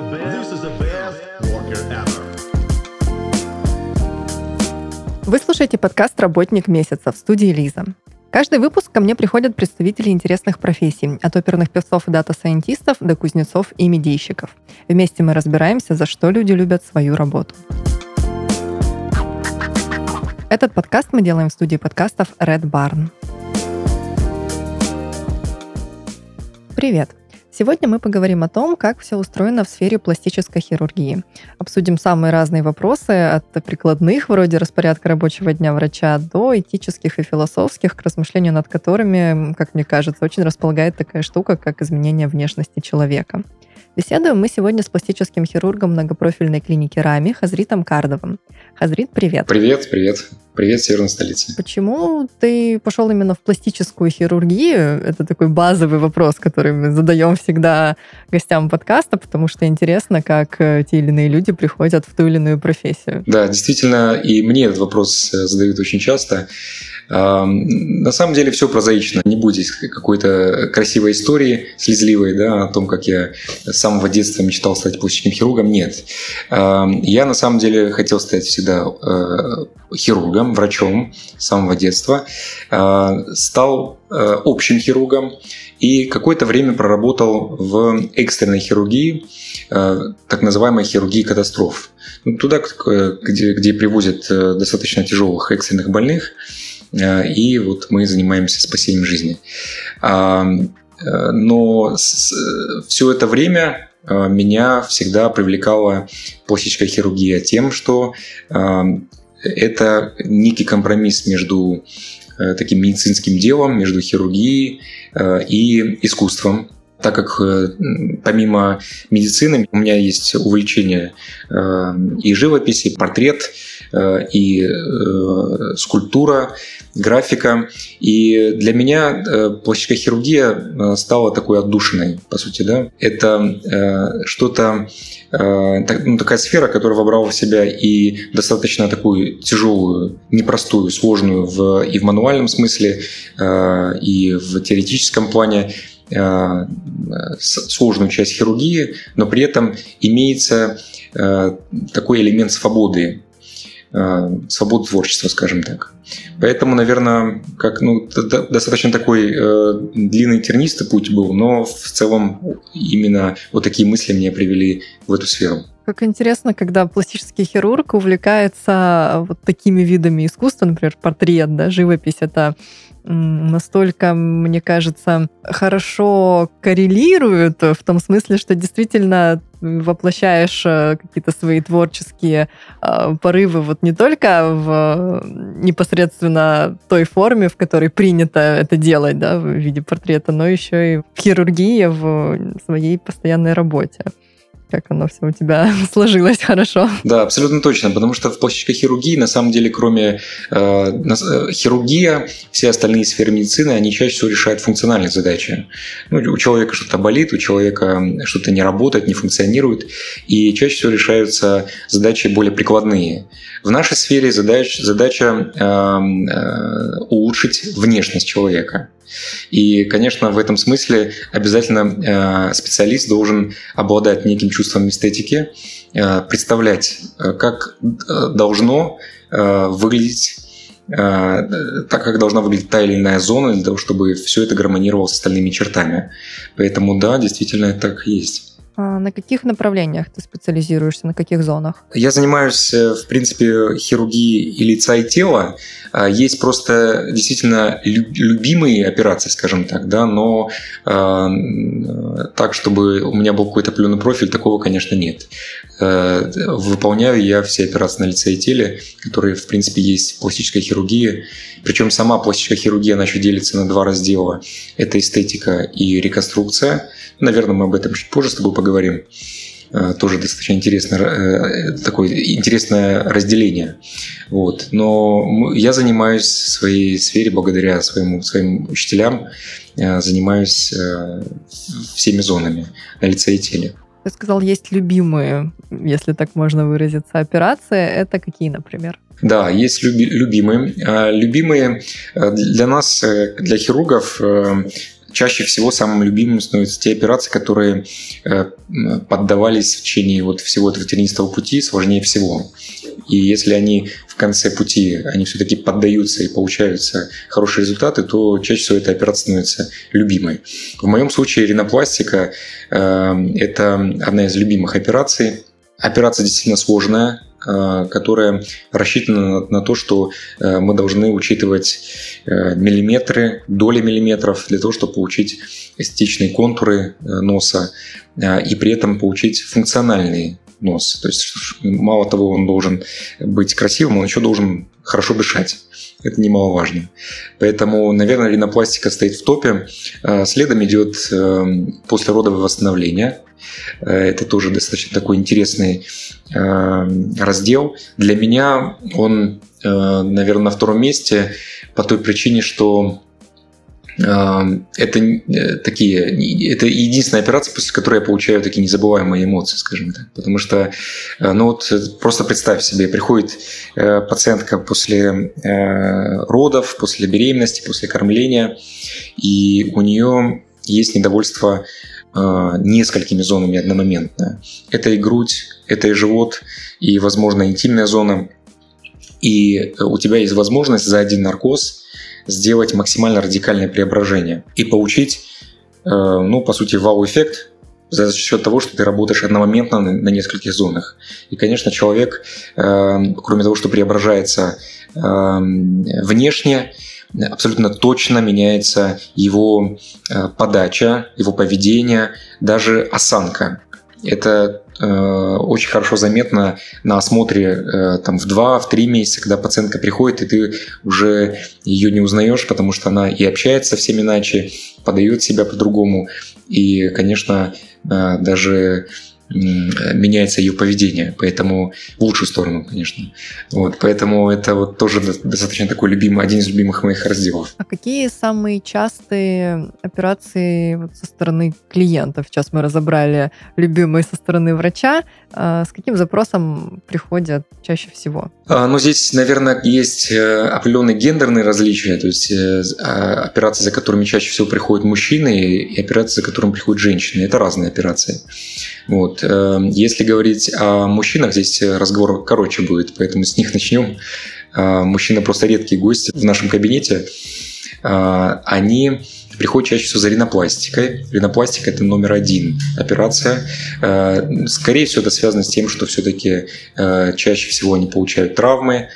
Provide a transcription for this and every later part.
Вы слушаете подкаст «Работник месяца» в студии Лиза. Каждый выпуск ко мне приходят представители интересных профессий, от оперных певцов и дата-сайентистов до кузнецов и медийщиков. Вместе мы разбираемся, за что люди любят свою работу. Этот подкаст мы делаем в студии подкастов Red Barn. Привет! Сегодня мы поговорим о том, как все устроено в сфере пластической хирургии. Обсудим самые разные вопросы, от прикладных, вроде распорядка рабочего дня врача, до этических и философских, к размышлению над которыми, как мне кажется, очень располагает такая штука, как изменение внешности человека. Беседуем мы сегодня с пластическим хирургом многопрофильной клиники РАМИ Хазритом Кардовым. Хазрит, привет. Привет. Привет, северной столице. Почему ты пошел именно в пластическую хирургию? Это такой базовый вопрос, который мы задаем всегда гостям подкаста, потому что интересно, как те или иные люди приходят в ту или иную профессию. Да, действительно, и мне этот вопрос задают очень часто. На самом деле все прозаично. Не будет здесь какой-то красивой истории слезливой, да, о том, как я с самого детства мечтал стать пластическим хирургом. Нет. Я на самом деле хотел стать всегда хирургом, врачом с самого детства. Стал общим хирургом и какое-то время проработал в экстренной хирургии, так называемой хирургии катастроф. Туда, где привозят достаточно тяжелых экстренных больных, и вот мы занимаемся спасением жизни. Но все это время меня всегда привлекала пластическая хирургия тем, что это некий компромисс между таким медицинским делом, между хирургией и искусством. Так как помимо медицины у меня есть увлечение и живопись, и портрет, и скульптура, графика. И для меня пластическая хирургия стала такой отдушиной, по сути. Да? Это что-то, такая сфера, которая вобрала в себя и достаточно такую тяжелую, непростую, сложную и в мануальном смысле, и в теоретическом плане, сложную часть хирургии, но при этом имеется такой элемент свободы творчества, скажем так. Поэтому, наверное, достаточно такой длинный тернистый путь был, но в целом именно вот такие мысли меня привели в эту сферу. Как интересно, когда пластический хирург увлекается вот такими видами искусства, например, портрет, да, живопись, это настолько, мне кажется, хорошо коррелирует в том смысле, что действительно воплощаешь какие-то свои творческие порывы вот не только в непосредственно той форме, в которой принято это делать, да, в виде портрета, но еще и в хирургии, в своей постоянной работе. Как оно все у тебя сложилось хорошо. Да, абсолютно точно, потому что в пластической хирургии, на самом деле, кроме хирургия, все остальные сферы медицины, они чаще всего решают функциональные задачи. У человека что-то болит, у человека что-то не работает, не функционирует, и чаще всего решаются задачи более прикладные. В нашей сфере задача улучшить внешность человека. И, конечно, в этом смысле обязательно специалист должен обладать неким чувством эстетики, представлять, как должно выглядеть, как должна выглядеть та или иная зона, для того, чтобы все это гармонировало с остальными чертами. Поэтому да, действительно, так и есть. А на каких направлениях ты специализируешься, на каких зонах? Я занимаюсь, в принципе, хирургией и лица, и тела. Есть просто действительно любимые операции, скажем так, да, но так, чтобы у меня был какой-то определенный профиль, такого, конечно, нет. Выполняю я все операции на лице и теле, которые, в принципе, есть в пластической хирургии. Причем сама пластическая хирургия, она еще делится на два раздела. Это эстетика и реконструкция. Наверное, мы об этом чуть позже с тобой поговорим. Тоже достаточно интересное разделение. Вот. Но я занимаюсь в своей сфере благодаря своим учителям, занимаюсь всеми зонами на лице и теле. Ты сказал, есть любимые, если так можно выразиться, операции. Это какие, например? Да, есть любимые. Любимые для нас, для хирургов, чаще всего самым любимым становятся те операции, которые поддавались в течение вот всего этого тернистого пути сложнее всего. И если они в конце пути, они все-таки поддаются и получаются хорошие результаты, то чаще всего эта операция становится любимой. В моем случае ринопластика – это одна из любимых операций. Операция действительно сложная, которая рассчитана на то, что мы должны учитывать миллиметры, доли миллиметров для того, чтобы получить эстетичные контуры носа и при этом получить функциональный нос. То есть мало того, он должен быть красивым, он еще должен хорошо дышать. Это немаловажно. Поэтому, наверное, ринопластика стоит в топе. Следом идет послеродовое восстановление. Это тоже достаточно такой интересный раздел. Для меня он, наверное, на втором месте по той причине, что это единственная операция, после которой я получаю такие незабываемые эмоции, скажем так. Потому что, просто представь себе, приходит пациентка после родов, после беременности, после кормления, и у нее есть недовольство несколькими зонами одномоментно. Это и грудь, это и живот, и, возможно, интимная зона. И у тебя есть возможность за один наркоз сделать максимально радикальное преображение и получить, по сути, вау-эффект за счет того, что ты работаешь одномоментно на нескольких зонах. И, конечно, человек, кроме того, что преображается внешне, абсолютно точно меняется его подача, его поведение, даже осанка. Это очень хорошо заметно на осмотре в 2-3 месяца, когда пациентка приходит, и ты уже ее не узнаешь, потому что она и общается совсем иначе, подает себя по-другому, и, конечно, даже меняется ее поведение, поэтому в лучшую сторону, конечно. Поэтому это тоже достаточно такой один из любимых моих разделов. А какие самые частые операции со стороны клиентов? Сейчас мы разобрали любимые со стороны врача. С каким запросом приходят чаще всего? Здесь, наверное, есть определенные гендерные различия, то есть операции, за которыми чаще всего приходят мужчины, и операции, за которыми приходят женщины. Это разные операции. Если говорить о мужчинах, здесь разговор короче будет, поэтому с них начнем. Мужчины просто редкие гости в нашем кабинете. Они приходят чаще всего за ринопластикой. Ринопластика – это номер один операция. Скорее всего, это связано с тем, что все-таки чаще всего они получают травмы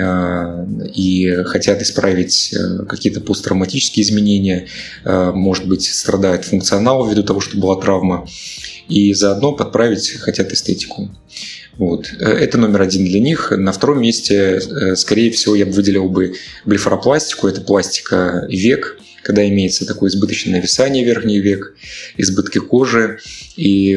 и хотят исправить какие-то посттравматические изменения. Может быть, страдает функционал ввиду того, что была травма. И заодно подправить хотят эстетику. Это номер один для них. На втором месте, скорее всего, я бы выделил блефаропластику. Это пластика век, когда имеется такое избыточное нависание верхних век, избытки кожи. И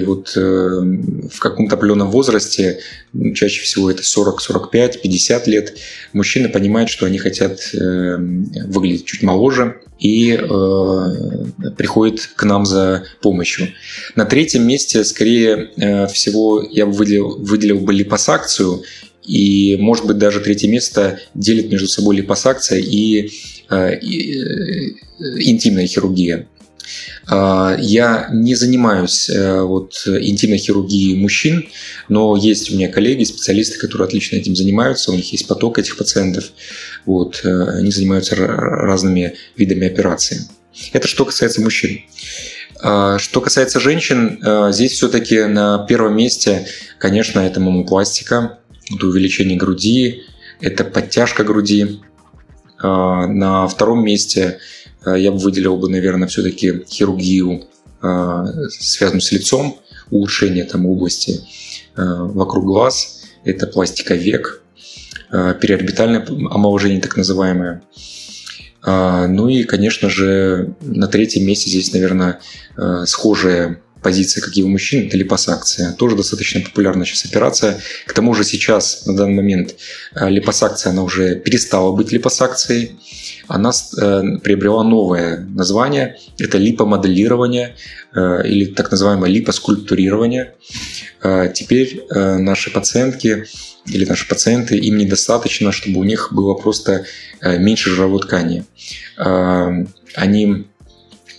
в каком-то определенном возрасте, чаще всего это 40, 45, 50 лет, мужчины понимают, что они хотят выглядеть чуть моложе и приходят к нам за помощью. На третьем месте, скорее всего, я бы выделил бы липосакцию, и, может быть, даже третье место делит между собой липосакция и интимная хирургия. Я не занимаюсь интимной хирургией мужчин, но есть у меня коллеги, специалисты, которые отлично этим занимаются, у них есть поток этих пациентов, они занимаются разными видами операций. Это что касается мужчин. Что касается женщин, здесь все-таки на первом месте, конечно, это мамопластика, это увеличение груди, это подтяжка груди. На втором месте я бы выделил наверное, все-таки хирургию, связанную с лицом, улучшение области вокруг глаз. Это пластика век, периорбитальное омоложение так называемое. И, конечно же, на третьем месте здесь, наверное, схожая позиция, как и у мужчин, это липосакция. Тоже достаточно популярная сейчас операция. К тому же сейчас, на данный момент, липосакция, она уже перестала быть липосакцией. Она приобрела новое название. Это липомоделирование или так называемое липоскульптурирование. Теперь наши пациентки или наши пациенты, им недостаточно, чтобы у них было просто меньше жировой ткани. Они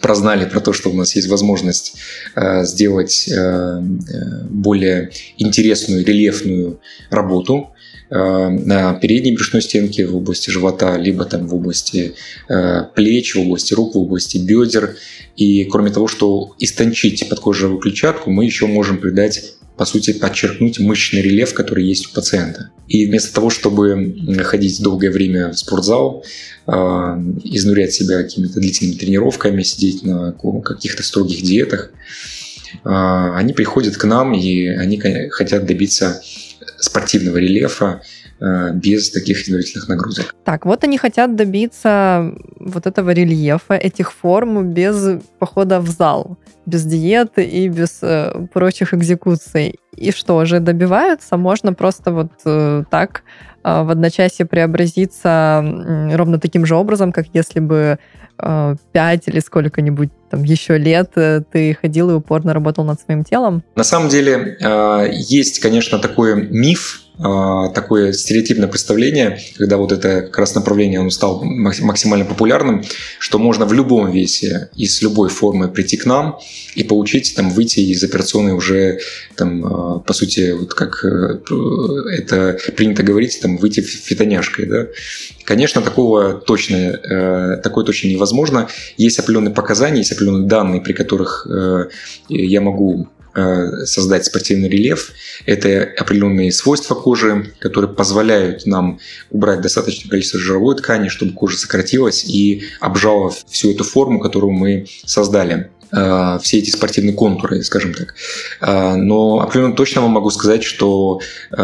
прознали про то, что у нас есть возможность сделать более интересную, рельефную работу на передней брюшной стенке в области живота, либо там в области плеч, в области рук, в области бедер. И кроме того, что истончить подкожную клетчатку, мы еще можем придать, по сути, подчеркнуть мышечный рельеф, который есть у пациента. И вместо того, чтобы ходить долгое время в спортзал, изнурять себя какими-то длительными тренировками, сидеть на каких-то строгих диетах, они приходят к нам, и они хотят добиться спортивного рельефа без таких изнурительных нагрузок. Так, вот они хотят добиться вот этого рельефа, этих форм без похода в зал, без диеты и без прочих экзекуций. И что же, добиваются? Можно просто вот так в одночасье преобразиться ровно таким же образом, как если бы 5 или сколько-нибудь там еще лет ты ходил и упорно работал над своим телом? На самом деле есть, конечно, такой миф, такое стереотипное представление, когда вот это как раз направление оно стало максимально популярным, что можно в любом весе и с любой формы прийти к нам и получить, там, выйти из операционной уже, там, по сути, вот как это принято говорить, там, выйти фитоняшкой, да. Конечно, такое точно невозможно. Есть определенные показания, есть определенные данные, при которых я могу создать спортивный рельеф. Это определенные свойства кожи, которые позволяют нам убрать достаточное количество жировой ткани, чтобы кожа сократилась и обжала всю эту форму, которую мы создали. Все эти спортивные контуры, скажем так. Но определенно точно вам могу сказать, что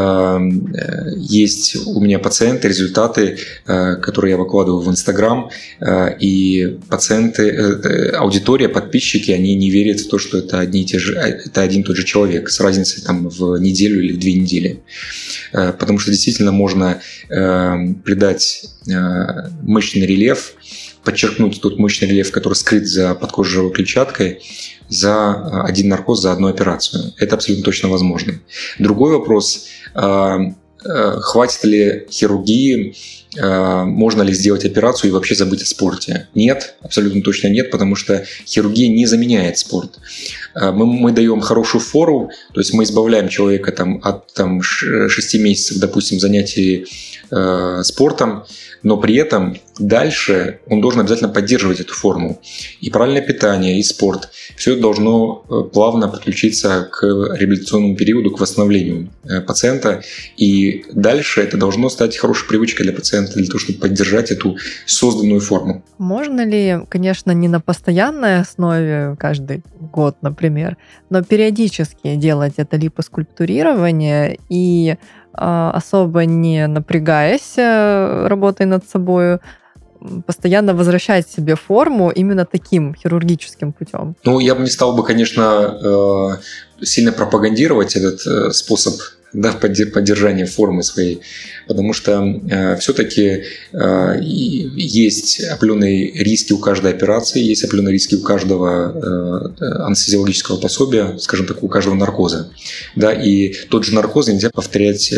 есть у меня пациенты, результаты, которые я выкладываю в Инстаграм, и пациенты, аудитория, подписчики, они не верят в то, что это один и тот же человек с разницей там, в неделю или в 2 недели. Потому что действительно можно придать мышечный рельеф, подчеркнуть тот мышечный рельеф, который скрыт за подкожной клетчаткой, за один наркоз, за одну операцию. Это абсолютно точно возможно. Другой вопрос, хватит ли хирургии, можно ли сделать операцию и вообще забыть о спорте? Нет, абсолютно точно нет, потому что хирургия не заменяет спорт. Мы даем хорошую фору, то есть мы избавляем человека от 6 месяцев, допустим, занятий спортом, но при этом дальше он должен обязательно поддерживать эту форму. И правильное питание, и спорт. Все это должно плавно подключиться к реабилитационному периоду, к восстановлению пациента. И дальше это должно стать хорошей привычкой для пациента, для того, чтобы поддержать эту созданную форму. Можно ли, конечно, не на постоянной основе, каждый год, например, но периодически делать это липоскульптурирование и особо не напрягаясь, работая над собой, постоянно возвращать себе форму именно таким хирургическим путем? Ну, я бы не стал бы, конечно, сильно пропагандировать этот способ поддержания формы своей, потому что все-таки есть определенные риски у каждой операции, есть определенные риски у каждого анестезиологического пособия, скажем так, у каждого наркоза. Да, и тот же наркоз нельзя повторять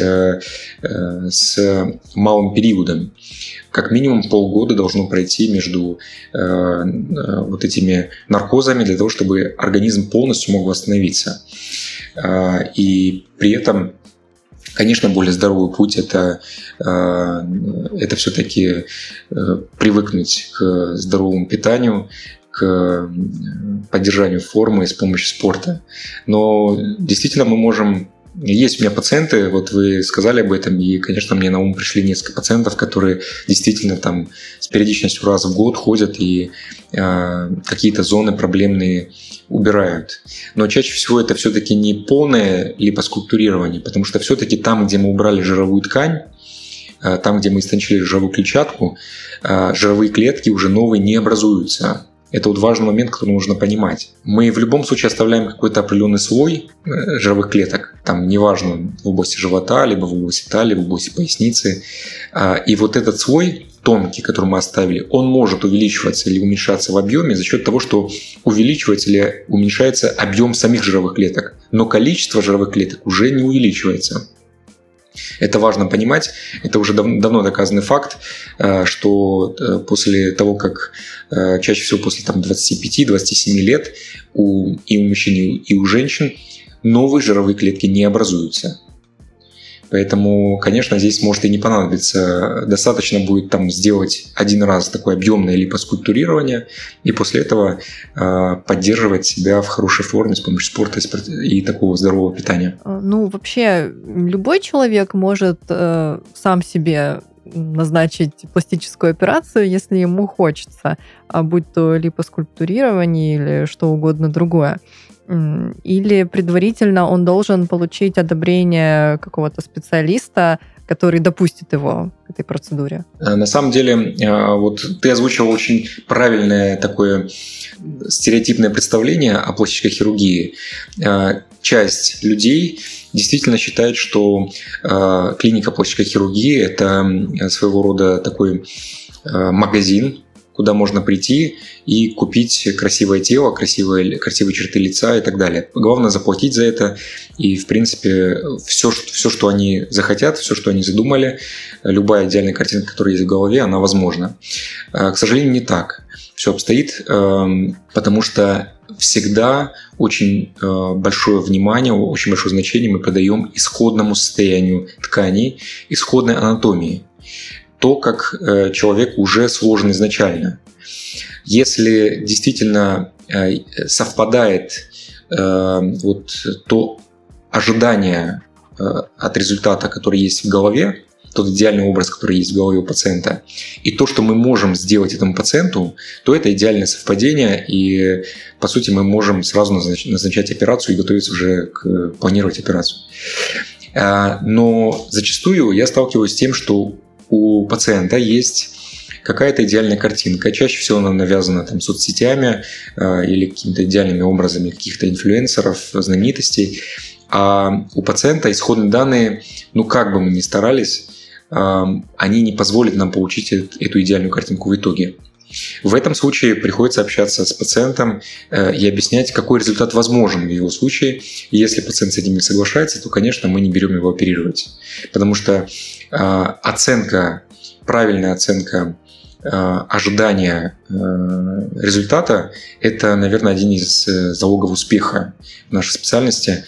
с малым периодом. Как минимум полгода должно пройти между вот этими наркозами для того, чтобы организм полностью мог восстановиться. И при этом, конечно, более здоровый путь – это все-таки привыкнуть к здоровому питанию, к поддержанию формы с помощью спорта. Но действительно мы можем... Есть у меня пациенты, вот вы сказали об этом, и, конечно, мне на ум пришли несколько пациентов, которые действительно там с периодичностью раз в год ходят и какие-то зоны проблемные убирают. Но чаще всего это все-таки не полное липоскульптурирование, потому что все-таки там, где мы убрали жировую ткань, там, где мы истончили жировую клетчатку, жировые клетки уже новые не образуются. Это вот важный момент, который нужно понимать. Мы в любом случае оставляем какой-то определенный слой жировых клеток, там неважно в области живота, либо в области талии, в области поясницы. И вот этот слой тонкий, который мы оставили, он может увеличиваться или уменьшаться в объеме за счет того, что увеличивается или уменьшается объем самих жировых клеток, но количество жировых клеток уже не увеличивается. Это важно понимать. Это уже давно доказанный факт, что после того, как чаще всего после 25-27 лет и у мужчин, и у женщин новые жировые клетки не образуются. Поэтому, конечно, здесь может и не понадобиться. Достаточно будет сделать один раз такое объемное липоскультурирование и после этого поддерживать себя в хорошей форме с помощью спорта и такого здорового питания. Вообще, любой человек может сам себе назначить пластическую операцию, если ему хочется, будь то липоскультурирование или что угодно другое. Или предварительно он должен получить одобрение какого-то специалиста, который допустит его к этой процедуре? На самом деле, вот ты озвучил очень правильное такое стереотипное представление о пластической хирургии. Часть людей действительно считает, что клиника пластической хирургии – это своего рода такой магазин, куда можно прийти и купить красивое тело, красивые черты лица и так далее. Главное заплатить за это, и, в принципе, все, что они захотят, все, что они задумали, любая идеальная картинка, которая есть в голове, она возможна. К сожалению, не так все обстоит, потому что всегда очень большое внимание, очень большое значение мы придаем исходному состоянию тканей, исходной анатомии. То, как человек уже сложен изначально. Если действительно совпадает то ожидание от результата, который есть в голове, тот идеальный образ, который есть в голове у пациента, и то, что мы можем сделать этому пациенту, то это идеальное совпадение, и, по сути, мы можем сразу назначать операцию и готовиться уже планировать операцию. Но зачастую я сталкиваюсь с тем, что у пациента есть какая-то идеальная картинка. Чаще всего она навязана соцсетями или какими-то идеальными образами каких-то инфлюенсеров, знаменитостей. А у пациента исходные данные, как бы мы ни старались, они не позволят нам получить эту идеальную картинку в итоге. В этом случае приходится общаться с пациентом и объяснять, какой результат возможен в его случае. И если пациент с этим не соглашается, то, конечно, мы не берем его оперировать. Потому что правильная оценка ожидания результата – это, наверное, один из залогов успеха в нашей специальности.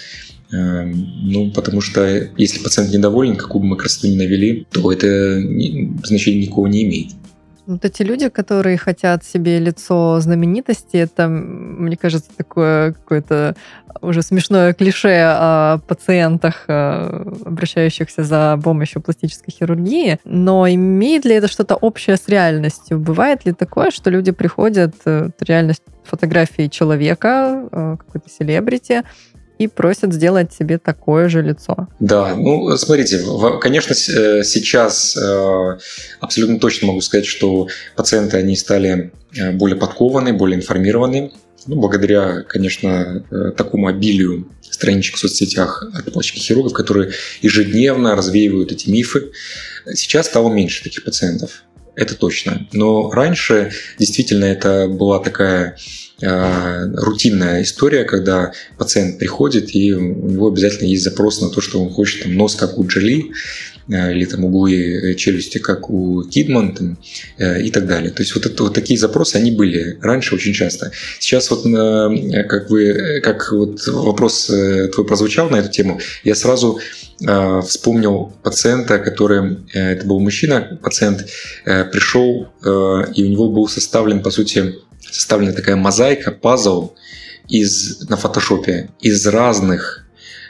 Потому что если пациент недоволен, какую бы мы красоту ни навели, то это значения никакого не имеет. Вот эти люди, которые хотят себе лицо знаменитости, это, мне кажется, такое какое-то уже смешное клише о пациентах, обращающихся за помощью пластической хирургии. Но имеет ли это что-то общее с реальностью? Бывает ли такое, что люди приходят, реальность фотографии человека, какой-то селебрити, и просят сделать себе такое же лицо? Да, смотрите, конечно, сейчас абсолютно точно могу сказать, что пациенты, они стали более подкованы, более информированы, благодаря, конечно, такому обилию страничек в соцсетях от пластических хирургов, которые ежедневно развеивают эти мифы. Сейчас стало меньше таких пациентов. Это точно. Но раньше действительно это была такая рутинная история, когда пациент приходит, и у него обязательно есть запрос на то, что он хочет нос, как у Джоли, или углы челюсти, как у Кидман, и так далее. То есть вот такие запросы, они были раньше очень часто. Сейчас как вопрос твой прозвучал на эту тему, я сразу вспомнил пациента, это был мужчина, пациент пришел, и у него был составлена такая мозаика, пазл на фотошопе из разных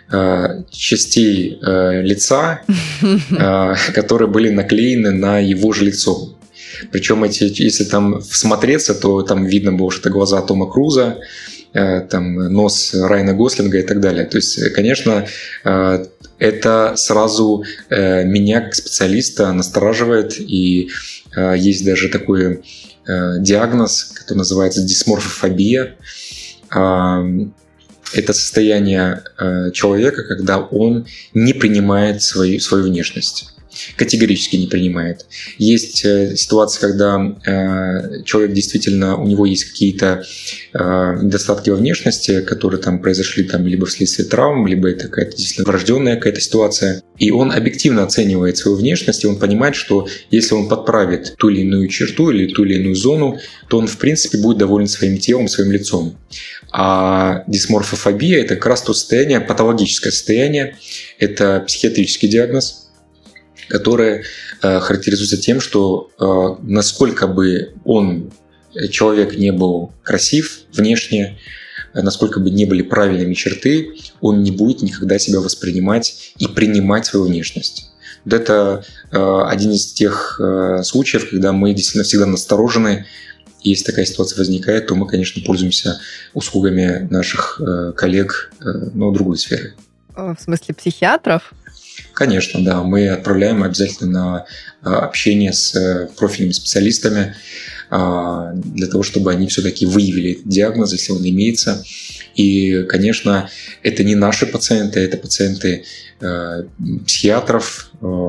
частей лица, которые были наклеены на его же лицо. Причем если там всмотреться, то там видно было, что это глаза Тома Круза, нос Райана Гослинга и так далее. То есть, конечно, это сразу меня как специалиста настораживает, и есть даже такой диагноз, который называется дисморфофобия. Это состояние человека, когда он не принимает свою внешность. категорически не принимает. Есть ситуации, когда человек действительно, у него есть какие-то недостатки во внешности, которые там произошли там, либо вследствие травм, либо это какая-то действительно врожденная какая-то ситуация. И он объективно оценивает свою внешность, и он понимает, что если он подправит ту или иную черту или ту или иную зону, то он, в принципе, будет доволен своим телом, своим лицом. А дисморфофобия – это как раз то состояние, патологическое состояние, это психиатрический диагноз, который характеризуется тем, что насколько бы человек не был красив внешне, насколько бы не были правильными черты, он не будет никогда себя воспринимать и принимать свою внешность. Вот это один из тех случаев, когда мы действительно всегда насторожены. Если такая ситуация возникает, то мы, конечно, пользуемся услугами наших коллег, но в другой сфере. В смысле психиатров? Конечно, да. Мы отправляем обязательно на общение с профильными специалистами для того, чтобы они все-таки выявили этот диагноз, если он имеется. И, конечно, это не наши пациенты, это пациенты психиатров,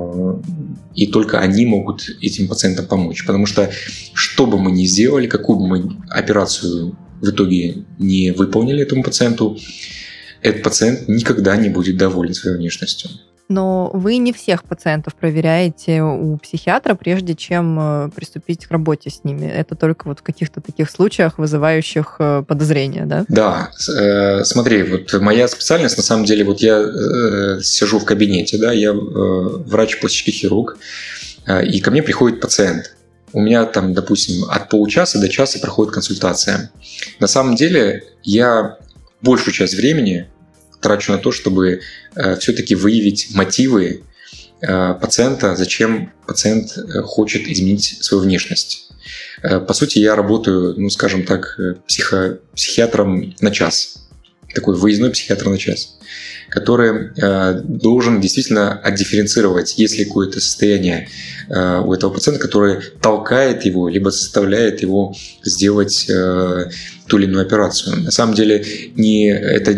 и только они могут этим пациентам помочь. Потому что что бы мы ни сделали, какую бы мы операцию в итоге не выполнили этому пациенту, этот пациент никогда не будет доволен своей внешностью. Но вы не всех пациентов проверяете у психиатра, прежде чем приступить к работе с ними. Это только вот в каких-то таких случаях, вызывающих подозрения, да? Да. Смотри, вот моя специальность, на самом деле, вот я сижу в кабинете, да, я врач-пластический хирург, и ко мне приходит пациент. У меня там, допустим, от получаса до часа проходит консультация. На самом деле, я большую часть времени трачу на то, чтобы все-таки выявить мотивы пациента, зачем пациент хочет изменить свою внешность. По сути, я работаю, ну, скажем так, психиатром на час. Такой выездной психиатр на час, который должен действительно отдифференцировать, есть ли какое-то состояние у этого пациента, которое толкает его, либо заставляет его сделать ту или иную операцию. На самом деле это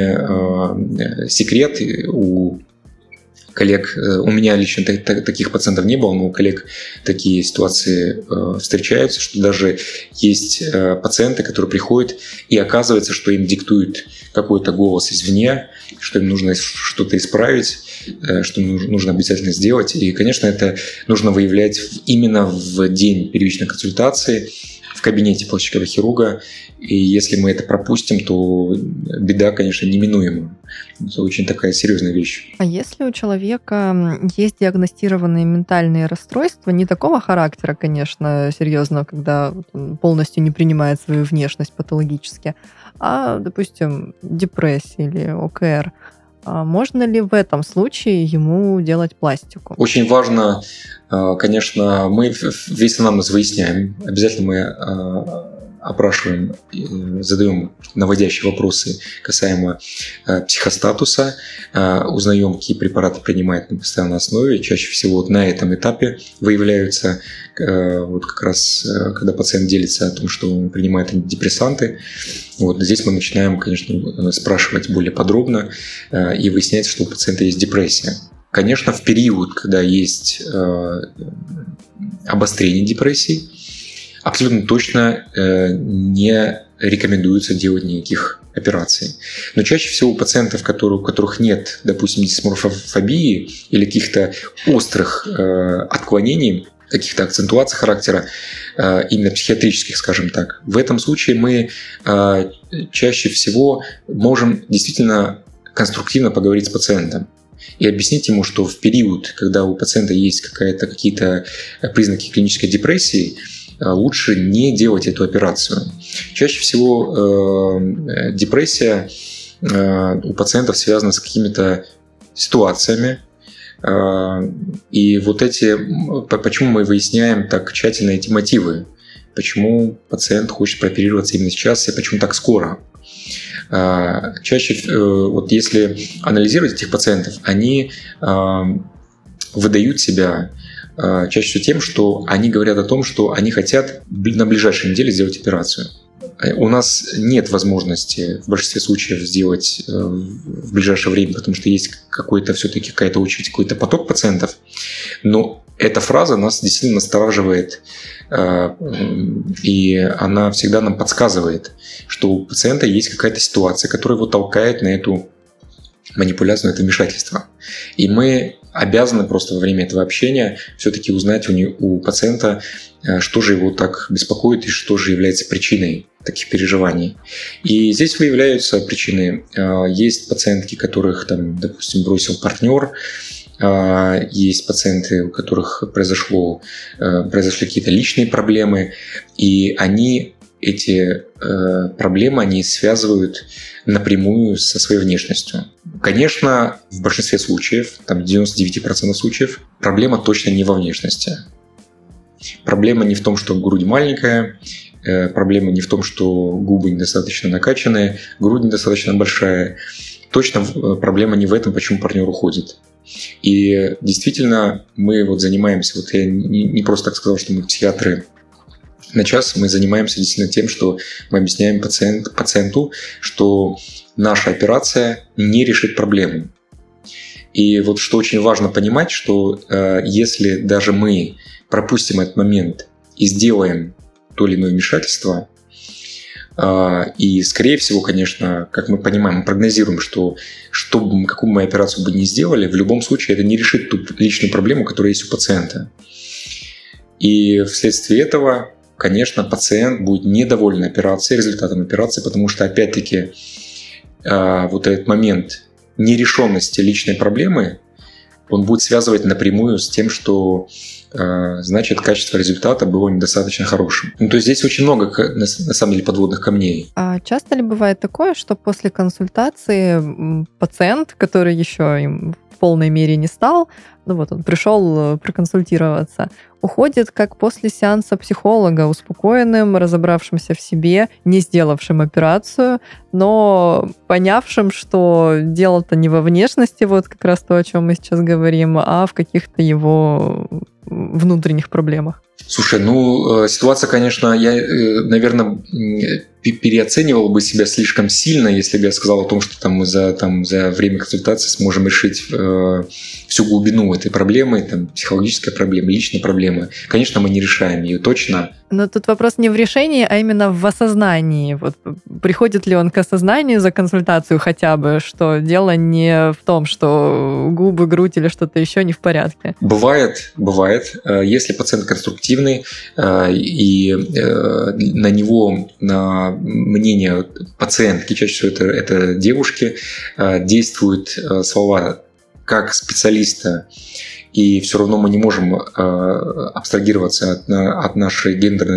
не секрет у коллег. У меня лично таких пациентов не было, но у коллег такие ситуации встречаются, что даже есть пациенты, которые приходят, и оказывается, что им диктует какой-то голос извне, что им нужно что-то исправить, что нужно обязательно сделать. И, конечно, это нужно выявлять именно в день первичной консультации в кабинете пластического хирурга. И если мы это пропустим, то беда, конечно, неминуема. Это очень такая серьезная вещь. А если у человека есть диагностированные ментальные расстройства, не такого характера, конечно, серьезного, когда он полностью не принимает свою внешность патологически, а, допустим, депрессия или ОКР, можно ли в этом случае ему делать пластику? Очень важно, конечно, мы весь анамнез выясняем. Обязательно мы опрашиваем, задаем наводящие вопросы касаемо психостатуса, узнаем, какие препараты принимает на постоянной основе. Чаще всего вот на этом этапе выявляются, вот как раз когда пациент делится о том, что он принимает антидепрессанты. Вот здесь мы начинаем, конечно, спрашивать более подробно и выяснять, что у пациента есть депрессия. Конечно, в период, когда есть обострение депрессии, абсолютно точно не рекомендуется делать никаких операций. Но чаще всего у пациентов, у которых нет, допустим, дисморфофобии или каких-то острых отклонений, каких-то акцентуаций характера, именно психиатрических, скажем так, в этом случае мы чаще всего можем действительно конструктивно поговорить с пациентом и объяснить ему, что в период, когда у пациента есть какие-то признаки клинической депрессии, лучше не делать эту операцию. Чаще всего депрессия у пациентов связана с какими-то ситуациями. И вот почему мы выясняем так тщательно эти мотивы, почему пациент хочет прооперироваться именно сейчас и почему так скоро. Чаще, вот если анализировать этих пациентов, они выдают себя чаще всего тем, что они говорят о том, что они хотят на ближайшей неделе сделать операцию. у нас нет возможности в большинстве случаев сделать в ближайшее время, потому что есть все-таки какая-то очередь, какой-то поток пациентов. Но эта фраза нас действительно настораживает, и она всегда нам подсказывает, что у пациента есть какая-то ситуация, которая его толкает на эту манипуляцию, на это вмешательство. И мы обязаны просто во время этого общения все-таки узнать у пациента, что же его так беспокоит и что же является причиной таких переживаний. И здесь выявляются причины. Есть пациентки, которых, допустим, бросил партнер, есть пациенты, у которых произошли какие-то личные проблемы, и эти проблемы они связывают напрямую со своей внешностью. Конечно, в большинстве случаев, 99% случаев, проблема точно не во внешности. Проблема не в том, что грудь маленькая, проблема не в том, что губы недостаточно накачанные, грудь недостаточно большая. Точно проблема не в этом, почему партнер уходит. И действительно, мы занимаемся, я не просто так сказал, что мы психиатры на час, мы занимаемся действительно тем, что мы объясняем пациенту, что наша операция не решит проблему. И что очень важно понимать, что если даже мы пропустим этот момент и сделаем то или иное вмешательство, и, скорее всего, конечно, как мы понимаем, мы прогнозируем, что какую бы мы операцию бы ни сделали, в любом случае это не решит ту личную проблему, которая есть у пациента. И вследствие этого, конечно, пациент будет недоволен операцией, результатом операции, потому что, опять-таки, этот момент нерешенности личной проблемы, он будет связывать напрямую с тем, что значит, качество результата было недостаточно хорошим. То есть здесь очень много, на самом деле, подводных камней. А часто ли бывает такое, что после консультации пациент, который еще им в полной мере не стал, он пришел проконсультироваться, уходит как после сеанса психолога, успокоенным, разобравшимся в себе, не сделавшим операцию, но понявшим, что дело-то не во внешности, как раз то, о чем мы сейчас говорим, а в каких-то его внутренних проблемах? Слушай, ситуация, конечно, я, наверное, переоценивал бы себя слишком сильно, если бы я сказал о том, что мы за время консультации сможем решить всю глубину этой проблемы, психологической проблемы, личной проблемы. Конечно, мы не решаем ее точно. Но тут вопрос не в решении, а именно в осознании. Приходит ли он к осознанию за консультацию хотя бы, что дело не в том, что губы, грудь или что-то еще не в порядке? Бывает. Если пациент конструктивный, и на него, на мнение пациентки, чаще всего это девушки, действуют слова как специалиста, и все равно мы не можем абстрагироваться от нашей гендерной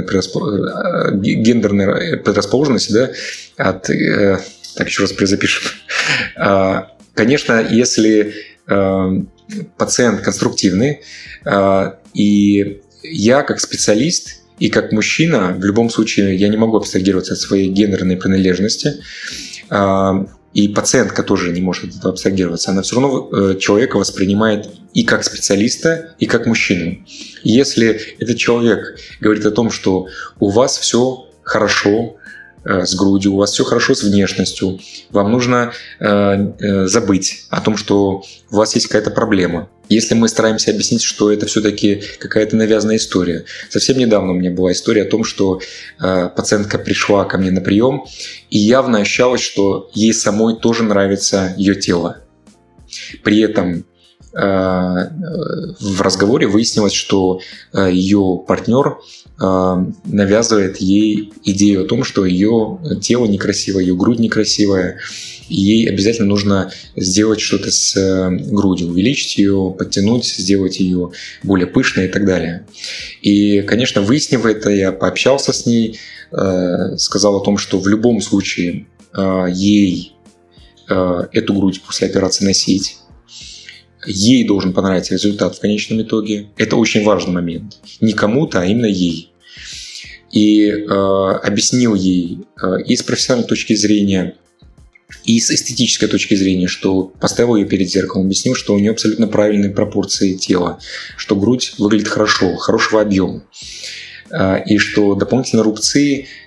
предрасположенности, так, еще раз перезапишем. Конечно, если пациент конструктивный, и я как специалист и как мужчина, в любом случае, я не могу абстрагироваться от своей гендерной принадлежности, и пациентка тоже не может от этого абстрагироваться. Она все равно человека воспринимает и как специалиста, и как мужчину. Если этот человек говорит о том, что у вас все хорошо с грудью, у вас все хорошо с внешностью, вам нужно забыть о том, что у вас есть какая-то проблема. Если мы стараемся объяснить, что это все-таки какая-то навязанная история. Совсем недавно у меня была история о том, что пациентка пришла ко мне на прием, и явно ощущалось, что ей самой тоже нравится ее тело. При этом в разговоре выяснилось, что ее партнер навязывает ей идею о том, что ее тело некрасивое, ее грудь некрасивая, и ей обязательно нужно сделать что-то с грудью, увеличить ее, подтянуть, сделать ее более пышной и так далее. И, конечно, выяснив это, я пообщался с ней, сказал о том, что в любом случае ей эту грудь после операции носить, ей должен понравиться результат в конечном итоге. Это очень важный момент. Не кому-то, а именно ей. И объяснил ей и с профессиональной точки зрения, и с эстетической точки зрения, что поставил ее перед зеркалом, объяснил, что у нее абсолютно правильные пропорции тела, что грудь выглядит хорошо, хорошего объема, и что дополнительные рубцы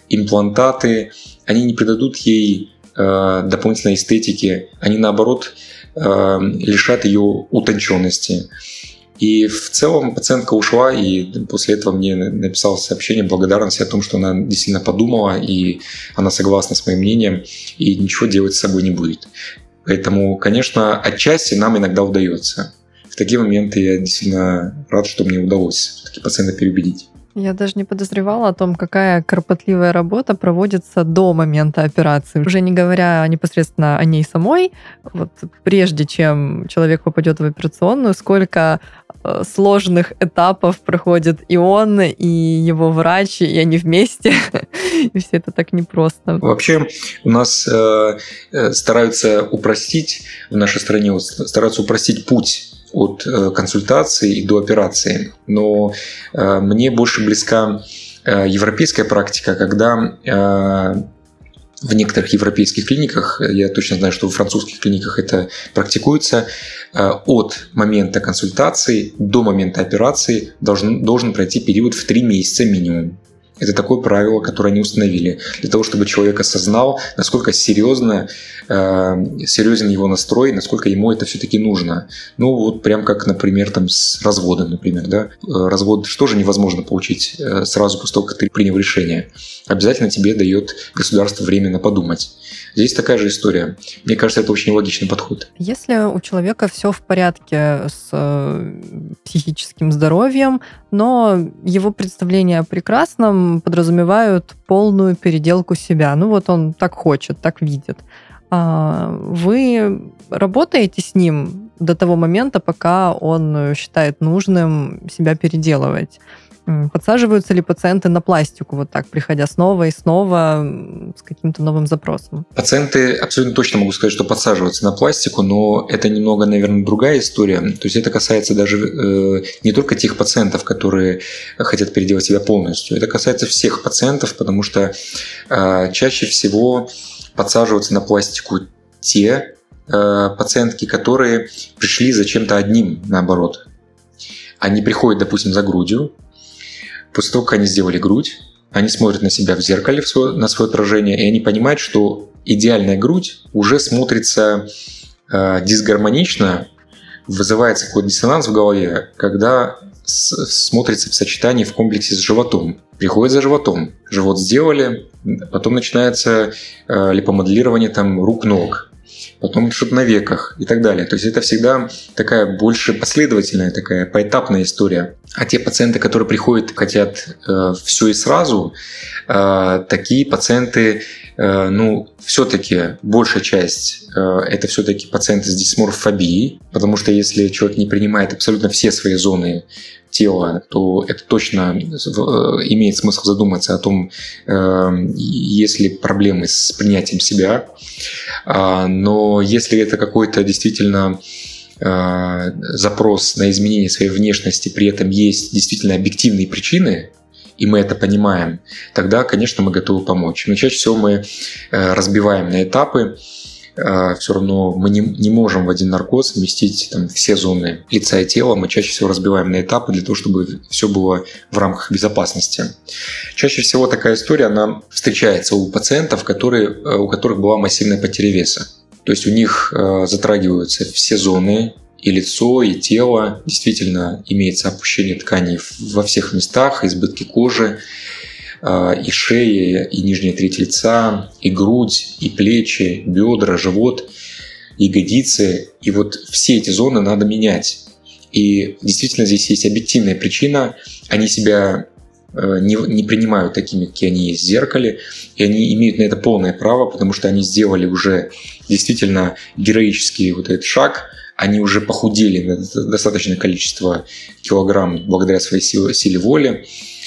имплантаты, они не придадут ей дополнительной эстетики, они наоборот лишат ее утонченности. И в целом пациентка ушла, и после этого мне написала сообщение благодарности о том, что она действительно подумала, и она согласна с моим мнением, и ничего делать с собой не будет. Поэтому, конечно, отчасти нам иногда удается. В такие моменты я действительно рад, что мне удалось все-таки пациента переубедить. Я даже не подозревала о том, какая кропотливая работа проводится до момента операции. Уже не говоря непосредственно о ней самой, вот прежде чем человек попадет в операционную, сколько сложных этапов проходит и он, и его врач, и они вместе. И все это так непросто. Вообще у нас стараются упростить, в нашей стране стараются упростить путь от консультации и до операции. Но мне больше близка европейская практика, когда в некоторых европейских клиниках, я точно знаю, что в французских клиниках это практикуется, от момента консультации до момента операции должен пройти период в 3 месяца минимум. Это такое правило, которое они установили, для того, чтобы человек осознал, насколько серьезен его настрой, насколько ему это все-таки нужно. Ну, вот прям как, например, там с разводом, например, да. Развод тоже невозможно получить сразу после того, как ты принял решение. Обязательно тебе дает государство время на подумать. Здесь такая же история. Мне кажется, это очень логичный подход. Если у человека все в порядке с психическим здоровьем, но его представления о прекрасном подразумевают полную переделку себя. Ну вот он так хочет, так видит. Вы работаете с ним до того момента, пока он считает нужным себя переделывать? Подсаживаются ли пациенты на пластику вот так, приходя снова и снова с каким-то новым запросом? Пациенты, абсолютно точно могу сказать, что подсаживаются на пластику, но это немного, наверное, другая история. То есть это касается даже не только тех пациентов, которые хотят переделать себя полностью. Это касается всех пациентов, потому что чаще всего подсаживаются на пластику те пациентки, которые пришли за чем-то одним, наоборот. Они приходят, допустим, за грудью. После того, как они сделали грудь, они смотрят на себя в зеркале, на свое отражение, и они понимают, что идеальная грудь уже смотрится дисгармонично, вызывается какой-то диссонанс в голове, когда смотрится в сочетании в комплексе с животом. Приходят за животом, живот сделали, потом начинается липомоделирование там, рук-ног, потом что-то на веках и так далее. То есть это всегда такая больше последовательная, такая поэтапная история. А те пациенты, которые приходят, хотят все и сразу, такие пациенты, все-таки большая часть это все-таки пациенты с дисморфобией, потому что если человек не принимает абсолютно все свои зоны тела, то это точно имеет смысл задуматься о том, есть ли проблемы с принятием себя. Но если это какой-то действительно запрос на изменение своей внешности, при этом есть действительно объективные причины, и мы это понимаем, тогда, конечно, мы готовы помочь. Но чаще всего мы разбиваем на этапы. Все равно мы не можем в один наркоз вместить там, все зоны лица и тела. Мы чаще всего разбиваем на этапы для того, чтобы все было в рамках безопасности. Чаще всего такая история, она встречается у пациентов, у которых была массивная потеря веса. То есть у них затрагиваются все зоны, и лицо, и тело. Действительно имеется опущение тканей во всех местах, избытки кожи, и шея, и нижняя треть лица, и грудь, и плечи, бедра, живот, ягодицы. И вот все эти зоны надо менять. И действительно здесь есть объективная причина. Они себя не принимают такими, какие они есть в зеркале, и они имеют на это полное право, потому что они сделали уже действительно героический вот этот шаг. Они уже похудели на достаточное количество килограмм благодаря своей силе воли.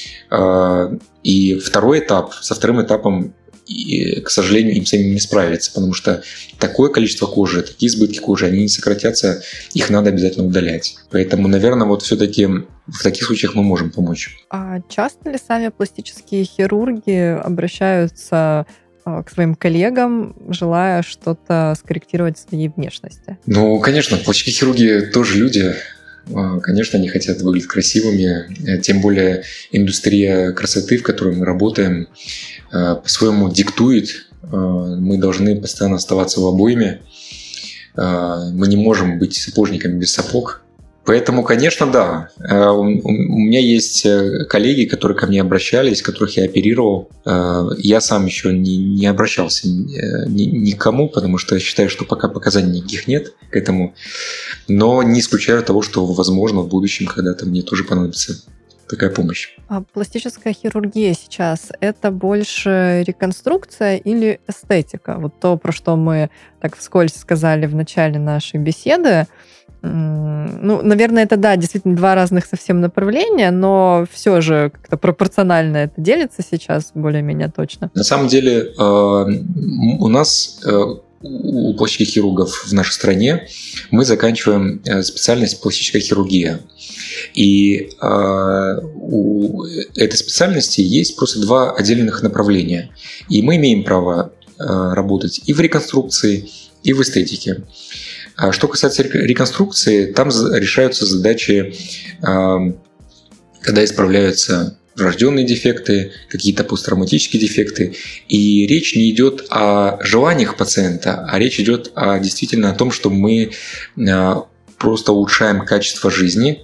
И второй этап, со вторым этапом, к сожалению, им самим не справиться, потому что такое количество кожи, такие избытки кожи, они не сократятся, их надо обязательно удалять. Поэтому, наверное, вот все-таки в таких случаях мы можем помочь. А часто ли сами пластические хирурги обращаются к своим коллегам, желая что-то скорректировать в своей внешности? Ну, конечно, пластические хирурги тоже люди. Конечно, они хотят выглядеть красивыми, тем более индустрия красоты, в которой мы работаем, по-своему диктует. Мы должны постоянно оставаться в обойме. Мы не можем быть сапожниками без сапог. Поэтому, конечно, да. У меня есть коллеги, которые ко мне обращались, которых я оперировал. Я сам еще не обращался никому, потому что считаю, что пока показаний никаких нет к этому. Но не исключаю того, что, возможно, в будущем когда-то мне тоже понадобится такая помощь. А пластическая хирургия сейчас – это больше реконструкция или эстетика? Вот то, про что мы так вскользь сказали в начале нашей беседы. Ну, наверное, это, да, действительно два разных совсем направления, но все же как-то пропорционально это делится сейчас более-менее точно. На самом деле у нас, у пластических хирургов в нашей стране, мы заканчиваем специальность пластическая хирургия. И у этой специальности есть просто два отдельных направления. И мы имеем право работать и в реконструкции, и в эстетике. Что касается реконструкции, там решаются задачи, когда исправляются врожденные дефекты, какие-то посттравматические дефекты. И речь не идет о желаниях пациента, а речь идет действительно о том, что мы просто улучшаем качество жизни.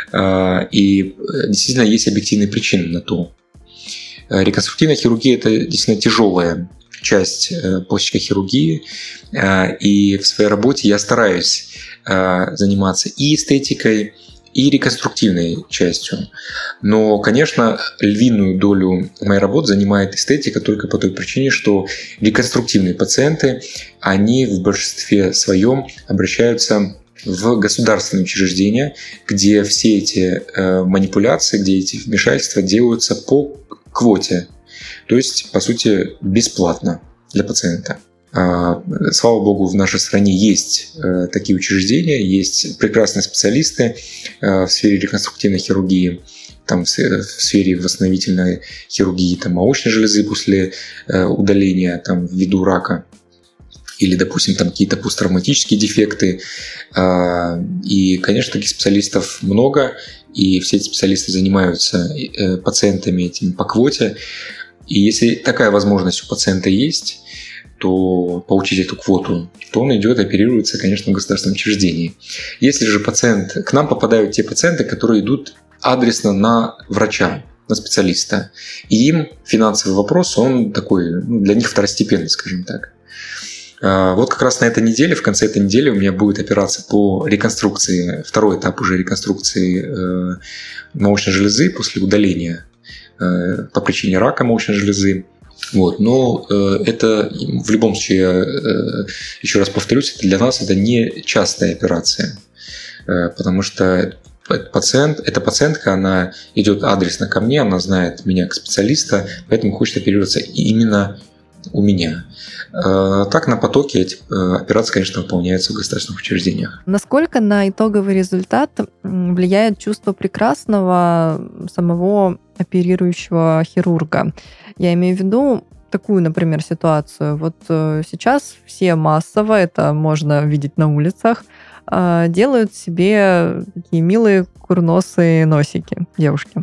И действительно есть объективные причины на то. Реконструктивная хирургия – это действительно тяжелая часть пластической хирургии, и в своей работе я стараюсь заниматься и эстетикой, и реконструктивной частью. Но, конечно, львиную долю моей работы занимает эстетика только по той причине, что реконструктивные пациенты, они в большинстве своем обращаются в государственные учреждения, где все эти манипуляции, где эти вмешательства делаются по квоте. То есть, по сути, бесплатно для пациента. Слава богу, в нашей стране есть такие учреждения, есть прекрасные специалисты в сфере реконструктивной хирургии, там, в сфере восстановительной хирургии там, молочной железы после удаления там, ввиду рака. Или, допустим, там какие-то посттравматические дефекты. И, конечно, таких специалистов много, и все эти специалисты занимаются пациентами этим по квоте. И если такая возможность у пациента есть, то получить эту квоту, то он идет, оперируется, конечно, в государственном учреждении. Если же к нам попадают те пациенты, которые идут адресно на врача, на специалиста, и им финансовый вопрос, он такой, для них второстепенный, скажем так. Вот как раз на этой неделе, в конце этой недели у меня будет операция по реконструкции, второй этап уже реконструкции молочной железы после удаления по причине рака молочной железы. Вот. Но это в любом случае, еще раз повторюсь, это для нас это не частая операция, потому что эта пациентка, она идет адресно ко мне, она знает меня как специалиста, поэтому хочет оперироваться именно у меня. Так на потоке эти операции, конечно, выполняются в государственных учреждениях. Насколько на итоговый результат влияет чувство прекрасного самого оперирующего хирурга? Я имею в виду такую, например, ситуацию. Вот сейчас все массово, это можно видеть на улицах, делают себе такие милые курносые носики девушки.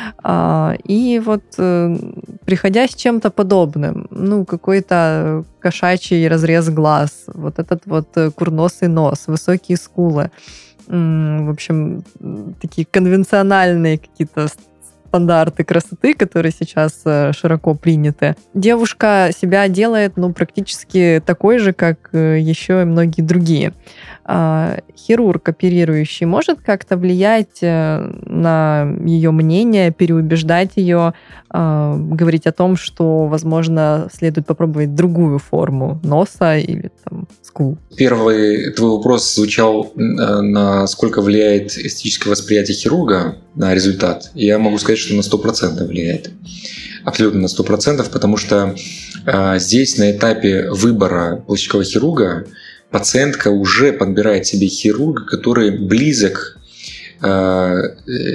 И вот приходя с чем-то подобным, какой-то кошачий разрез глаз, вот этот вот курносый нос, высокие скулы, в общем, такие конвенциональные какие-то стандарты красоты, которые сейчас широко приняты. Девушка себя делает, практически такой же, как еще и многие другие. Хирург, оперирующий, может как-то влиять на ее мнение, переубеждать ее, говорить о том, что, возможно, следует попробовать другую форму носа или скул? Первый твой вопрос звучал, насколько влияет эстетическое восприятие хирурга на результат. Я могу сказать, что на 100% влияет. Абсолютно на 100%, потому что здесь на этапе выбора пластического хирурга пациентка уже подбирает себе хирурга, который близок по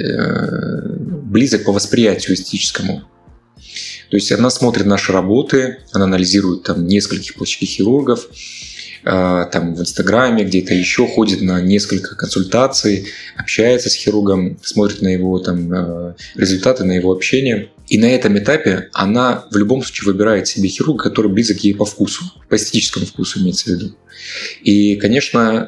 восприятию эстетическому. То есть она смотрит наши работы, она анализирует нескольких пластических хирургов, там в Инстаграме, где-то еще, ходит на несколько консультаций, общается с хирургом, смотрит на его там результаты, на его общение. И на этом этапе она в любом случае выбирает себе хирурга, который близок ей по вкусу, по эстетическому вкусу имеется в виду. И, конечно,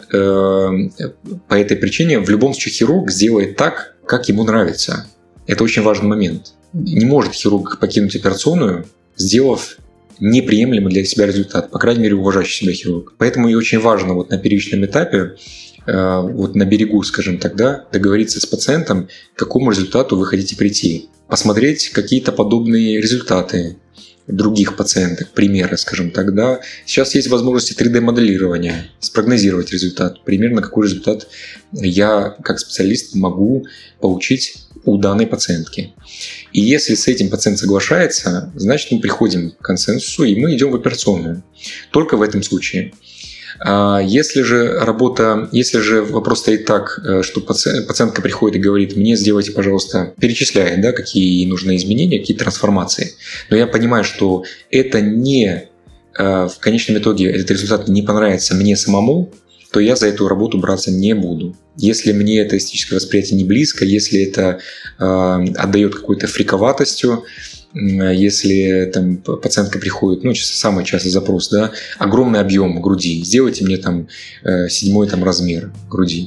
по этой причине в любом случае хирург сделает так, как ему нравится. Это очень важный момент. Не может хирург покинуть операционную, сделав неприемлемый для себя результат, по крайней мере, уважающий себя хирург. Поэтому и очень важно вот на первичном этапе, вот на берегу, скажем так, да, договориться с пациентом, к какому результату вы хотите прийти. Посмотреть какие-то подобные результаты других пациенток, примеры, скажем так, да. Сейчас есть возможности 3D-моделирования, спрогнозировать результат, примерно какой результат я как специалист могу получить у данной пациентки. И если с этим пациент соглашается, значит мы приходим к консенсусу и мы идем в операционную. Только в этом случае. Если же вопрос стоит так, что пациентка приходит и говорит: мне сделайте, пожалуйста, перечисляет, да, какие ей нужны изменения, какие трансформации, но я понимаю, что это не в конечном итоге этот результат не понравится мне самому, то я за эту работу браться не буду. Если мне это эстетическое восприятие не близко, если это отдает какой-то фриковатостью, если там пациентка приходит, самый частый запрос, да, огромный объем груди, сделайте мне там 7-й там размер груди.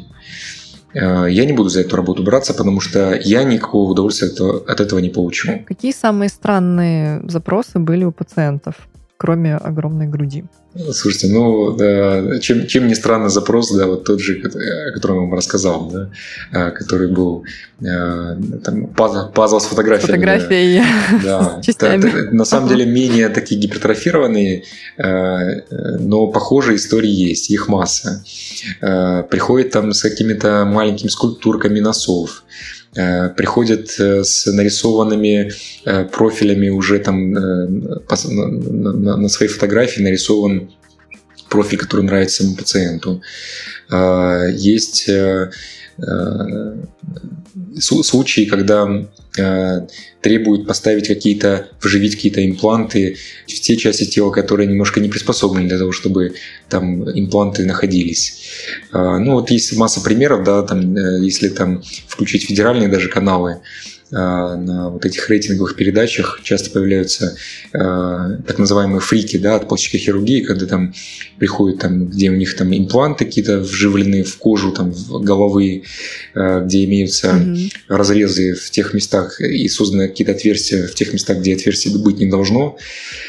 Я не буду за эту работу браться, потому что я никакого удовольствия от этого не получу. Какие самые странные запросы были у пациентов, кроме огромной груди? Слушайте, да, чем не странный запрос, да, вот тот же, о котором я вам рассказал, да, который был там, пазл с фотографиями. Фотографией да, частями. На самом деле менее такие гипертрофированные, но похожие истории есть, их масса. Приходят там с какими-то маленькими скульптурками носов, приходят с нарисованными профилями, уже там на своей фотографии нарисован профиль, который нравится самому пациенту. Есть случаи, когда требуют вживить какие-то импланты в те части тела, которые немножко не приспособлены для того, чтобы там импланты находились. Вот есть масса примеров, да, там, если там включить федеральные даже каналы, на вот этих рейтинговых передачах часто появляются так называемые фрики, да, от пластической хирургии, когда там приходят, там, где у них там импланты какие-то вживлены в кожу там, в головы, где имеются разрезы в тех местах и созданы какие-то отверстия в тех местах, где отверстий быть не должно.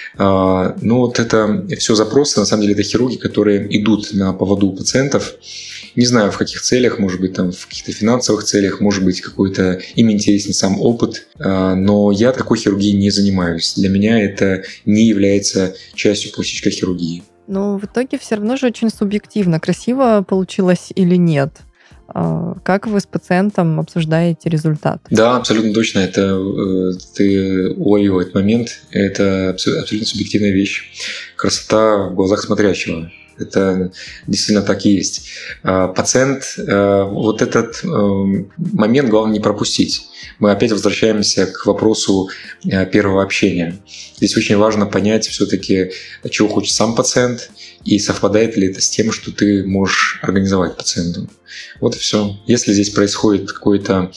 Вот это все запросы, на самом деле это хирурги, которые идут на поводу у пациентов. Не знаю, в каких целях, может быть, там, в каких-то финансовых целях, может быть, какой-то им интересен сам опыт, но я такой хирургией не занимаюсь. Для меня это не является частью пластической хирургии. Но в итоге все равно же очень субъективно, красиво получилось или нет. Как вы с пациентом обсуждаете результат? Да, абсолютно точно. Это ты уловил этот момент. Это абсолютно субъективная вещь. Красота в глазах смотрящего. Это действительно так и есть. Пациент, вот этот момент главное не пропустить. Мы опять возвращаемся к вопросу первого общения. Здесь очень важно понять все-таки, чего хочет сам пациент, и совпадает ли это с тем, что ты можешь организовать пациенту. Вот и все. Если здесь происходит какое-то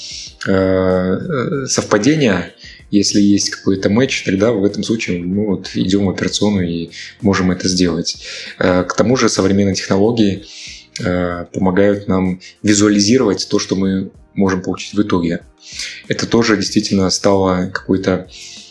совпадение, если есть какой-то матч, тогда в этом случае мы идем в операционную и можем это сделать. К тому же современные технологии помогают нам визуализировать то, что мы можем получить в итоге. Это тоже действительно стало какой-то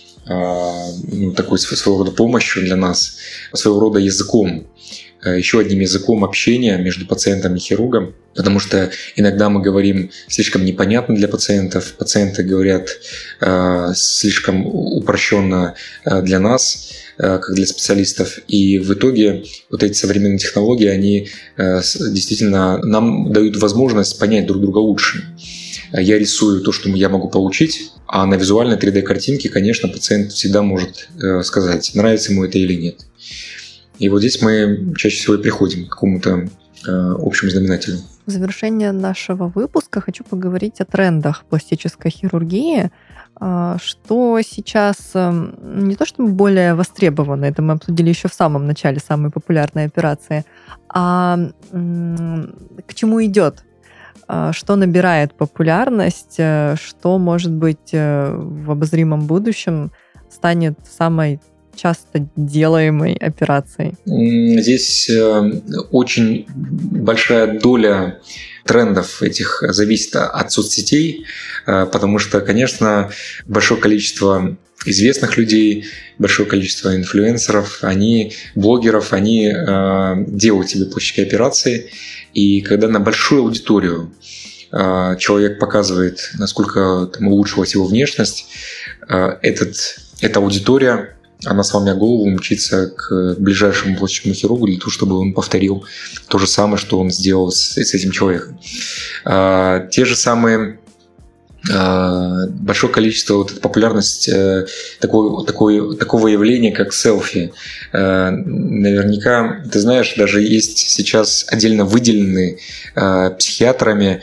такой своего рода помощью для нас, своего рода языком. Еще одним языком общения между пациентом и хирургом, потому что иногда мы говорим слишком непонятно для пациентов, пациенты говорят слишком упрощенно для нас, как для специалистов, и в итоге вот эти современные технологии, они действительно нам дают возможность понять друг друга лучше. Я рисую то, что я могу получить, а на визуальной 3D-картинке, конечно, пациент всегда может сказать, нравится ему это или нет. И вот здесь мы чаще всего и приходим к какому-то общему знаменателю. В завершение нашего выпуска хочу поговорить о трендах пластической хирургии. Что сейчас не то чтобы более востребовано, это мы обсудили еще в самом начале, самые популярные операции, а к чему идет? Что набирает популярность, что, может быть, в обозримом будущем станет самой часто делаемой операцией? Здесь очень большая доля трендов этих зависит от соцсетей, потому что, конечно, большое количество известных людей, большое количество инфлюенсеров, блогеров, они делают себе пластические операции. И когда на большую аудиторию человек показывает, насколько там улучшилась его внешность, эта аудитория, она сломя голову мчится к ближайшему пластическому хирургу для того, чтобы он повторил то же самое, что он сделал с этим человеком. Те же самые большое количество, популярность такого явления, как селфи. Наверняка, ты знаешь, даже есть сейчас отдельно выделенные психиатрами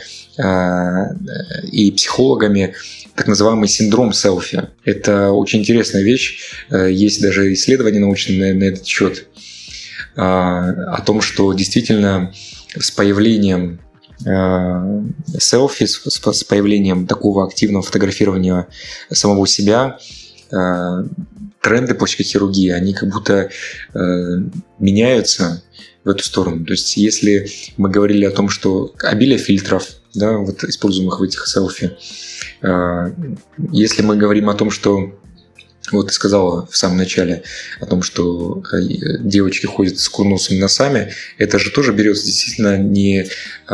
и психологами так называемый синдром селфи. Это очень интересная вещь. Есть даже исследования научные на этот счет о том, что действительно с появлением селфи, с появлением такого активного фотографирования самого себя, тренды пластической хирургии, они как будто меняются в эту сторону. То есть если мы говорили о том, что обилие фильтров, да, вот используемых в этих селфи, если мы говорим о том, что вот ты сказала в самом начале о том, что девочки ходят с курносыми носами, это же тоже берется действительно не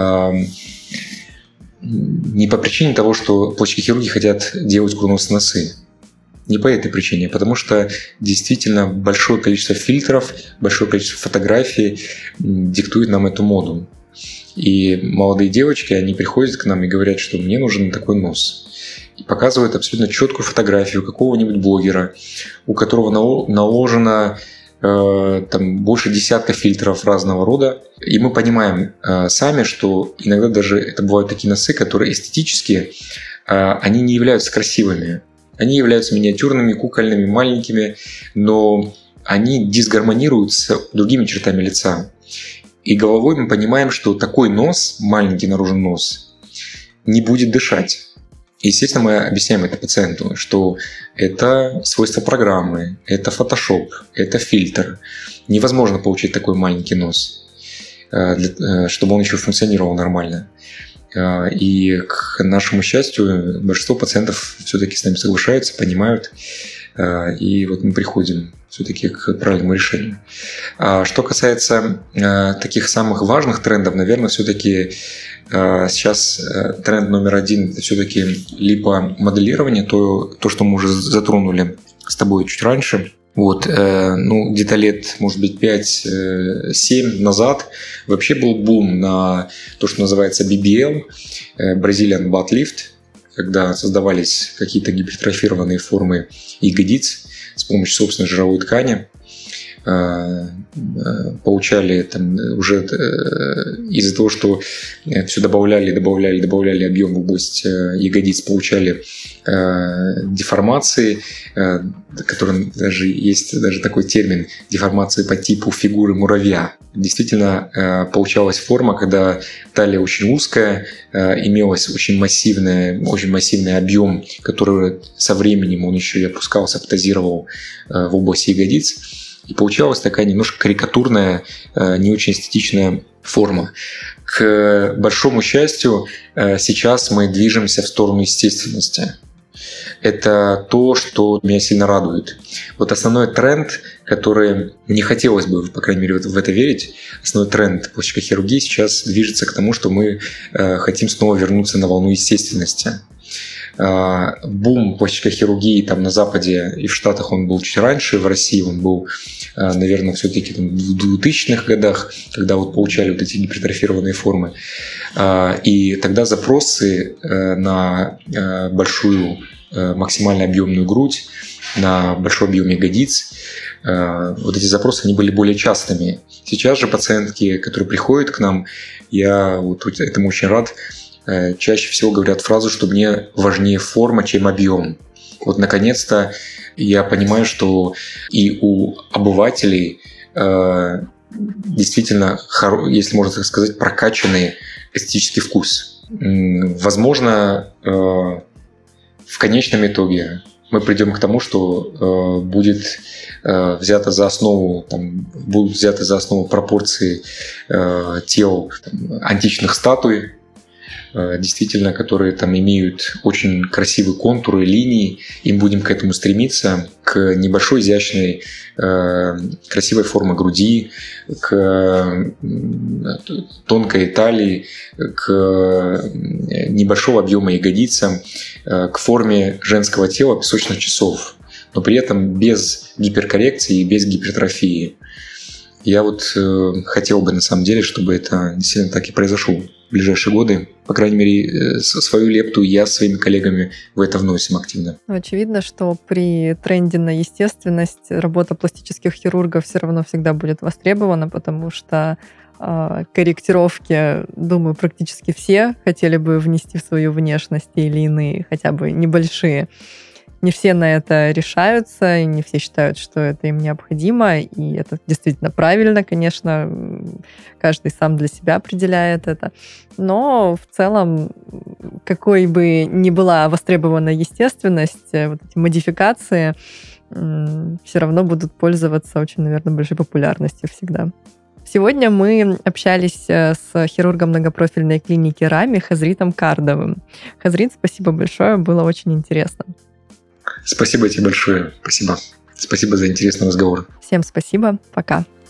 по причине того, что пластические хирурги хотят делать курносые носы. Не по этой причине, потому что действительно большое количество фильтров, большое количество фотографий диктует нам эту моду. И молодые девочки, они приходят к нам и говорят, что мне нужен такой нос. И показывают абсолютно четкую фотографию какого-нибудь блогера, у которого наложено там больше десятка фильтров разного рода. И мы понимаем сами, что иногда даже это бывают такие носы, которые эстетически они не являются красивыми. Они являются миниатюрными, кукольными, маленькими, но они дисгармонируют с другими чертами лица. И головой мы понимаем, что такой нос, маленький наружный нос, не будет дышать. Естественно, мы объясняем это пациенту, что это свойство программы, это Photoshop, это фильтр. Невозможно получить такой маленький нос, чтобы он еще функционировал нормально. И к нашему счастью, большинство пациентов все-таки с нами соглашаются, понимают, и вот мы приходим все-таки к правильному решению. Что касается таких самых важных трендов, наверное, все-таки сейчас тренд номер один – это все-таки липомоделирование, то, что мы уже затронули с тобой чуть раньше. Вот, где-то лет, может быть, 5-7 назад вообще был бум на то, что называется BBL, Brazilian Butt Lift, когда создавались какие-то гипертрофированные формы ягодиц с помощью собственной жировой ткани. Получали там уже из-за того, что все добавляли объем в область ягодиц, получали деформации, которые даже есть даже такой термин деформации по типу фигуры муравья. Действительно получалась форма, когда талия очень узкая, имелось очень массивный объем, который со временем он еще и опускался, фантазировал в области ягодиц. И получалась такая немножко карикатурная, не очень эстетичная форма. К большому счастью, сейчас мы движемся в сторону естественности. Это то, что меня сильно радует. Вот основной тренд, который не хотелось бы, по крайней мере, в это верить, основной тренд пластической хирургии сейчас движется к тому, что мы хотим снова вернуться на волну естественности. Бум пластической хирургии там на Западе и в Штатах он был чуть раньше, в России он был, наверное, все-таки в 2000-х годах, когда вот получали вот эти гипертрофированные формы. И тогда запросы на большую максимально объемную грудь на большой объем ягодиц. Вот эти запросы, они были более частыми. Сейчас же пациентки, которые приходят к нам, я вот этому очень рад, чаще всего говорят фразу, что мне важнее форма, чем объем. Вот наконец-то я понимаю, что и у обывателей действительно, если можно так сказать, прокачанный эстетический вкус. Возможно, в конечном итоге мы придем к тому, что будут взяты за основу пропорции тел античных статуй, действительно, которые там имеют очень красивые контуры, линии, и мы будем к этому стремиться, к небольшой изящной красивой форме груди, к тонкой талии, к небольшого объема ягодицам, к форме женского тела песочных часов, но при этом без гиперкоррекции и без гипертрофии. Я вот хотел бы на самом деле, чтобы это действительно так и произошло в ближайшие годы. По крайней мере, свою лепту я с своими коллегами в это вносим активно. Очевидно, что при тренде на естественность работа пластических хирургов все равно всегда будет востребована, потому что корректировки, думаю, практически все хотели бы внести в свою внешность те или иные, хотя бы небольшие. Не все на это решаются, и не все считают, что это им необходимо, и это действительно правильно, конечно, каждый сам для себя определяет это. Но в целом, какой бы ни была востребована естественность, вот эти модификации все равно будут пользоваться очень, наверное, большой популярностью всегда. Сегодня мы общались с хирургом многопрофильной клиники РАМИ Хазритом Кардовым. Хазрит, спасибо большое, было очень интересно. Спасибо тебе большое. Спасибо. Спасибо за интересный разговор. Всем спасибо. Пока.